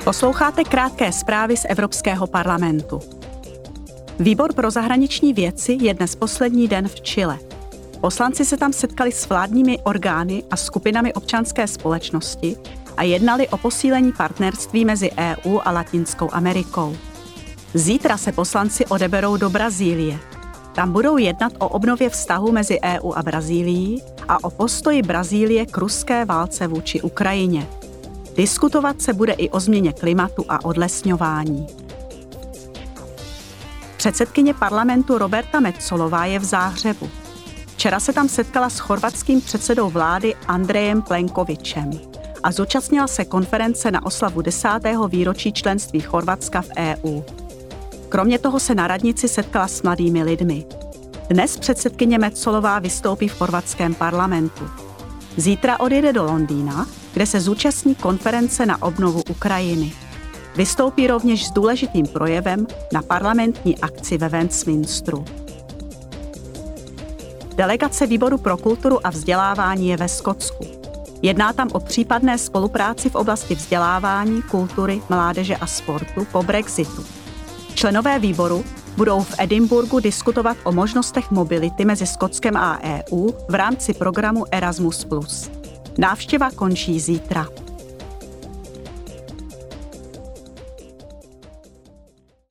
Posloucháte krátké zprávy z Evropského parlamentu. Výbor pro zahraniční věci je dnes poslední den v Chile. Poslanci se tam setkali s vládními orgány a skupinami občanské společnosti a jednali o posílení partnerství mezi EU a Latinskou Amerikou. Zítra se poslanci odeberou do Brazílie. Tam budou jednat o obnově vztahu mezi EU a Brazílií a o postoji Brazílie k ruské válce vůči Ukrajině. Diskutovat se bude i o změně klimatu a odlesňování. Předsedkyně parlamentu Roberta Metsolová je v Záhřebu. Včera se tam setkala s chorvatským předsedou vlády Andrejem Plenkovićem a zúčastnila se konference na oslavu 10. výročí členství Chorvatska v EU. Kromě toho se na radnici setkala s mladými lidmi. Dnes předsedkyně Metsolová vystoupí v chorvatském parlamentu. Zítra odjede do Londýna, kde se zúčastní konference na obnovu Ukrajiny. Vystoupí rovněž s důležitým projevem na parlamentní akci ve Westminsteru. Delegace Výboru pro kulturu a vzdělávání je ve Skotsku. Jedná tam o případné spolupráci v oblasti vzdělávání, kultury, mládeže a sportu po Brexitu. Členové výboru budou v Edinburghu diskutovat o možnostech mobility mezi Skotskem a EU v rámci programu Erasmus+. Návštěva končí zítra.